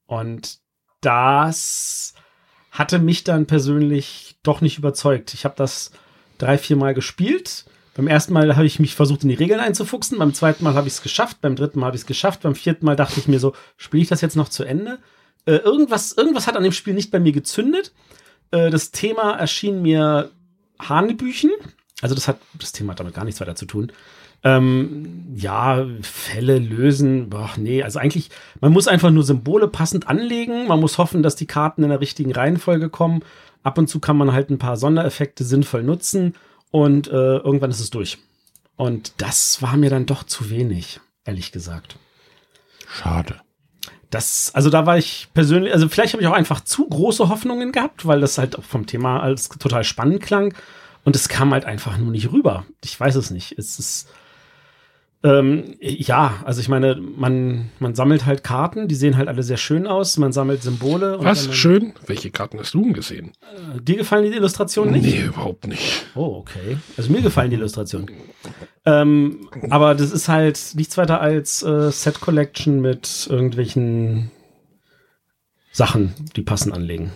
Und das hatte mich dann persönlich doch nicht überzeugt. Ich habe das drei, vier Mal gespielt. Beim ersten Mal habe ich mich versucht, in die Regeln einzufuchsen. Beim zweiten Mal habe ich es geschafft. Beim dritten Mal habe ich es geschafft. Beim vierten Mal dachte ich mir so, spiele ich das jetzt noch zu Ende? Äh, irgendwas, irgendwas hat an dem Spiel nicht bei mir gezündet. Äh, das Thema erschien mir Hanebüchen. Also das hat, das Thema hat damit gar nichts weiter zu tun. Ähm, ja, Fälle lösen, boah, nee, also eigentlich, man muss einfach nur Symbole passend anlegen. Man muss hoffen, dass die Karten in der richtigen Reihenfolge kommen. Ab und zu kann man halt ein paar Sondereffekte sinnvoll nutzen. Und äh, irgendwann ist es durch. Und das war mir dann doch zu wenig, ehrlich gesagt. Schade. Das, also da war ich persönlich, also vielleicht habe ich auch einfach zu große Hoffnungen gehabt, weil das halt auch vom Thema als total spannend klang. Und es kam halt einfach nur nicht rüber. Ich weiß es nicht. Es ist, ähm, ja, also ich meine, man, man sammelt halt Karten, die sehen halt alle sehr schön aus. Man sammelt Symbole. Und Was? man, Schön? Welche Karten hast du denn gesehen? Äh, dir gefallen die Illustrationen nicht? Nee, überhaupt nicht. Oh, okay. Also mir gefallen die Illustrationen. Ähm, aber das ist halt nichts weiter als äh, Set Collection mit irgendwelchen Sachen, die passend anlegen.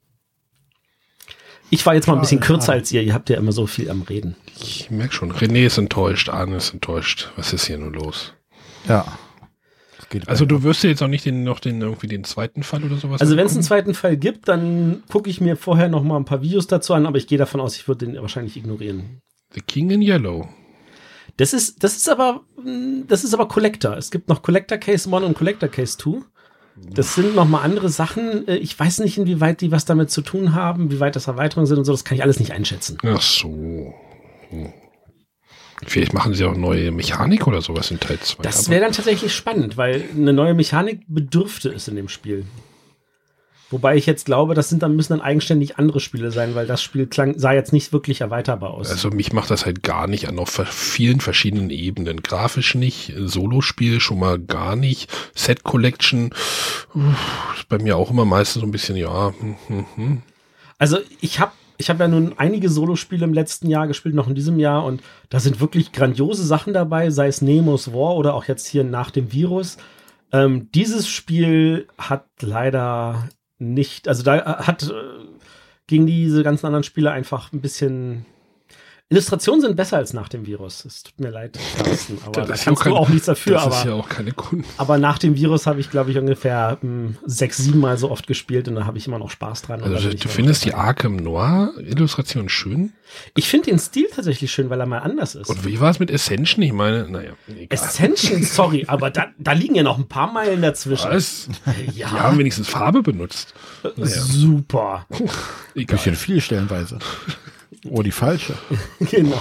Ich war jetzt mal ein bisschen kürzer als ihr. Ihr habt ja immer so viel am Reden. Ich merke schon, René ist enttäuscht, Arne ist enttäuscht. Was ist hier nur los? Ja. Das geht Also du wirst dir jetzt auch nicht den, noch den, irgendwie den zweiten Fall oder sowas Also wenn es einen angucken? zweiten Fall gibt, dann gucke ich mir vorher noch mal ein paar Videos dazu an, aber ich gehe davon aus, ich würde den wahrscheinlich ignorieren. The King in Yellow. Das ist, das ist aber, mh, das ist aber Collector. Es gibt noch Collector Case eins und Collector Case zwei. Das sind noch mal andere Sachen. Äh, Ich weiß nicht, inwieweit die was damit zu tun haben, wie weit das Erweiterungen sind und so. Das kann ich alles nicht einschätzen. Ach so. Hm. Vielleicht machen sie auch neue Mechanik oder sowas in Teil zwei. Das wäre dann tatsächlich spannend, weil eine neue Mechanik bedürfte es in dem Spiel. Wobei ich jetzt glaube, das sind dann müssen dann eigenständig andere Spiele sein, weil das Spiel klang, sah jetzt nicht wirklich erweiterbar aus. Also mich macht das halt gar nicht an auf vielen verschiedenen Ebenen. Grafisch nicht, Solospiel schon mal gar nicht, Set Collection uff, ist bei mir auch immer meistens so ein bisschen, ja. Hm, hm, hm. Also ich habe ich hab ja nun einige Solospiele im letzten Jahr gespielt, noch in diesem Jahr, und da sind wirklich grandiose Sachen dabei, sei es Nemo's War oder auch jetzt hier nach dem Virus. Ähm, dieses Spiel hat leider nicht, also da hat äh, gegen diese ganzen anderen Spiele einfach ein bisschen. Illustrationen sind besser als nach dem Virus. Es tut mir leid, Carsten, aber da ist kannst ja du kein- auch nichts dafür. Das aber, ist ja auch keine Kunst. aber nach dem Virus habe ich, glaube ich, ungefähr mh, sechs, sieben Mal so oft gespielt und da habe ich immer noch Spaß dran. Und da Also bin du, ich du immer findest noch die dabei. Arkham Noir Illustration schön? Ich finde den Stil tatsächlich schön, weil er mal anders ist. Und wie war es mit Ascension? Ich meine, naja, egal. Ascension, sorry, aber da, da liegen ja noch ein paar Meilen dazwischen. Was? Ja, Die haben wenigstens Farbe benutzt. Naja, super. egal. bisschen viel stellenweise. Oh, die falsche. Genau.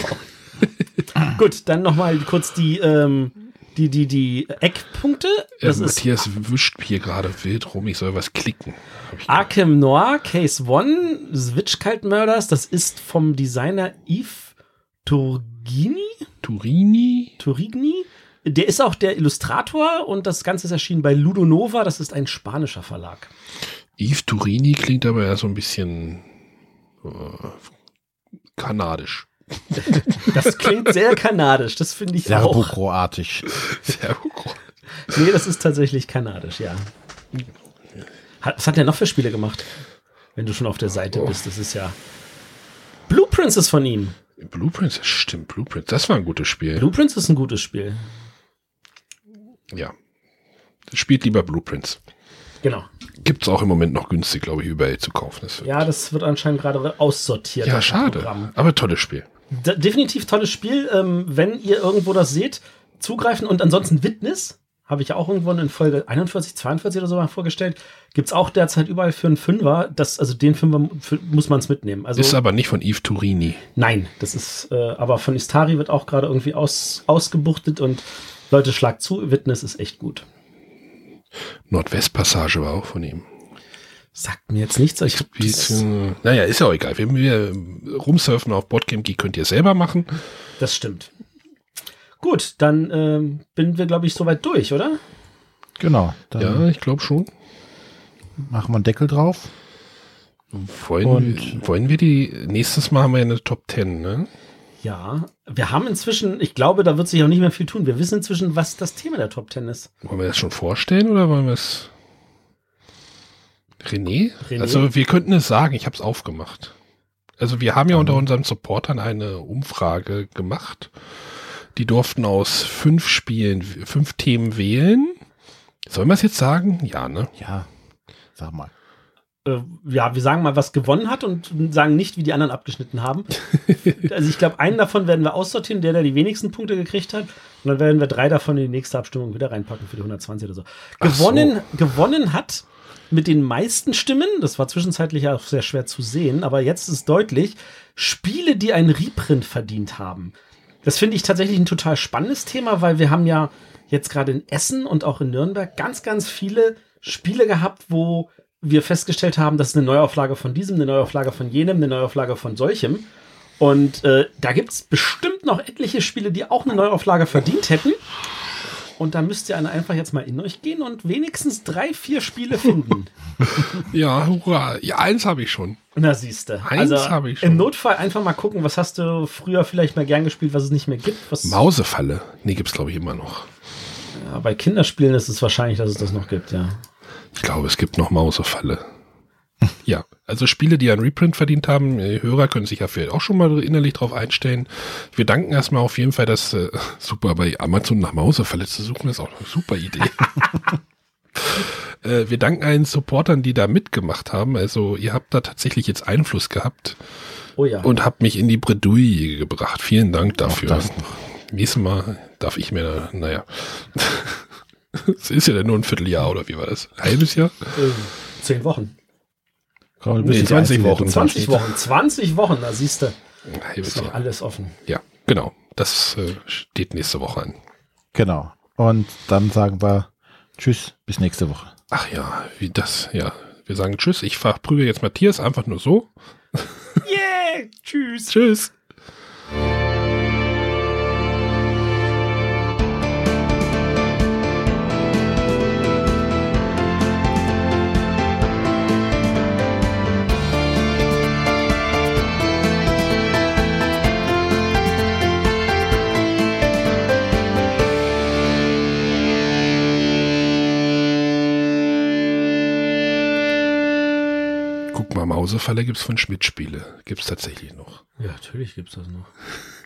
Gut, dann noch mal kurz die, ähm, die, die, die Eckpunkte. Das äh, ist Matthias wischt hier gerade wild rum, ich soll was klicken. Hab ich Arkham Noir Case eins, Switch Cult Murders. Das ist vom Designer Yves Turgini. Turini? Turigny. Der ist auch der Illustrator und das Ganze ist erschienen bei Ludonova. Das ist ein spanischer Verlag. Yves Turini klingt aber ja so ein bisschen äh, kanadisch. Das klingt sehr kanadisch. Das finde ich auch. Serbokroatisch. Sehr gut. Nee, das ist tatsächlich kanadisch, ja. Hat, was hat der noch für Spiele gemacht? Wenn du schon auf der Seite bist, das ist ja. Blueprints ist von ihm. Blueprints, das stimmt, Blueprints, das war ein gutes Spiel. Blueprints ist ein gutes Spiel. Ja. Spielt lieber Blueprints. Genau. Gibt's auch im Moment noch günstig, glaube ich, überall zu kaufen. Das Ja, das wird anscheinend gerade aussortiert. ja, das schade. Programm. Aber tolles Spiel. D- definitiv tolles Spiel. Ähm, wenn ihr irgendwo das seht, zugreifen. Und ansonsten Witness, habe ich ja auch irgendwo in Folge einundvierzig, zweiundvierzig oder so mal vorgestellt. Gibt's auch derzeit überall für einen Fünfer. Das, also den Fünfer für, muss man es mitnehmen. Also Ist aber nicht von Yves Turini. nein, das ist, äh, aber von Istari wird auch gerade irgendwie aus, ausgebuchtet und Leute, schlagt zu. Witness ist echt gut. Nordwestpassage war auch von ihm. Sagt mir jetzt nichts. Ich hab Wie, das, äh, naja, ist ja auch egal. Wenn wir rumsurfen auf Boardgame Geek, könnt ihr selber machen. das stimmt. Gut, dann ähm, bin wir, glaube ich, soweit durch, oder? Genau. Dann Ja, ich glaube schon. machen wir einen Deckel drauf. Wollen, Und- wir, wollen wir die, nächstes Mal haben wir ja eine Top Ten, ne? Ja, wir haben inzwischen, ich glaube, da wird sich auch nicht mehr viel tun. Wir wissen inzwischen, was das Thema der Top Ten ist. Wollen wir das schon vorstellen oder wollen wir es? René? René? Also wir könnten es sagen, ich habe es aufgemacht. Also wir haben ja unter unseren Supportern eine Umfrage gemacht. Die durften aus fünf Spielen, fünf Themen wählen. Sollen wir es jetzt sagen? Ja, ne? Ja, sag mal. Äh, ja, wir sagen mal, was gewonnen hat und sagen nicht, wie die anderen abgeschnitten haben. Also ich glaube, einen davon werden wir aussortieren, der, der die wenigsten Punkte gekriegt hat. Und dann werden wir drei davon in die nächste Abstimmung wieder reinpacken für die hundertzwanzig oder so. Gewonnen, so. gewonnen hat mit den meisten Stimmen, das war zwischenzeitlich auch sehr schwer zu sehen, aber jetzt ist deutlich, Spiele, die einen Reprint verdient haben. Das finde ich tatsächlich ein total spannendes Thema, weil wir haben ja jetzt gerade in Essen und auch in Nürnberg ganz, ganz viele Spiele gehabt, wo wir festgestellt haben, das ist eine Neuauflage von diesem, eine Neuauflage von jenem, eine Neuauflage von solchem. Und äh, da gibt es bestimmt noch etliche Spiele, die auch eine Neuauflage verdient hätten. Und da müsst ihr einfach jetzt mal in euch gehen und wenigstens drei, vier Spiele finden. Ja, hurra. Ja, eins habe ich schon. Na, siehste. Eins also, habe ich schon. Im Notfall einfach mal gucken, was hast du früher vielleicht mal gern gespielt, was es nicht mehr gibt. Was Mausefalle. Nee, gibt's glaube ich immer noch. Ja, bei Kinderspielen ist es wahrscheinlich, dass es das noch gibt, ja. Ich glaube, es gibt noch Mausefalle. Ja, also Spiele, die einen Reprint verdient haben, Hörer können sich ja vielleicht auch schon mal innerlich drauf einstellen. Wir danken erstmal auf jeden Fall, dass äh, super bei Amazon nach Mausefalle zu suchen, ist auch eine super Idee. äh, wir danken allen Supportern, die da mitgemacht haben. Also ihr habt da tatsächlich jetzt Einfluss gehabt. Oh ja. Und habt mich in die Bredouille gebracht. Vielen Dank dafür. Nächstes Mal darf ich mir, naja. Es ist ja dann nur ein Vierteljahr, oder wie war das? Ein halbes Jahr? Ähm, zehn Wochen. Komm, Nee, zwanzig Wochen. zwanzig Wochen. zwanzig Wochen, da siehst du. Halbes Ist noch Jahr. alles offen. Ja, genau. Das äh, steht nächste Woche an. Genau. Und dann sagen wir Tschüss, bis nächste Woche. Ach ja, wie das, ja. Wir sagen Tschüss. Ich verprügel jetzt Matthias einfach nur so. Yeah! Tschüss! Tschüss! Mausefalle gibt's von Schmidt-Spiele. Gibt's tatsächlich noch. Ja, natürlich gibt's das noch.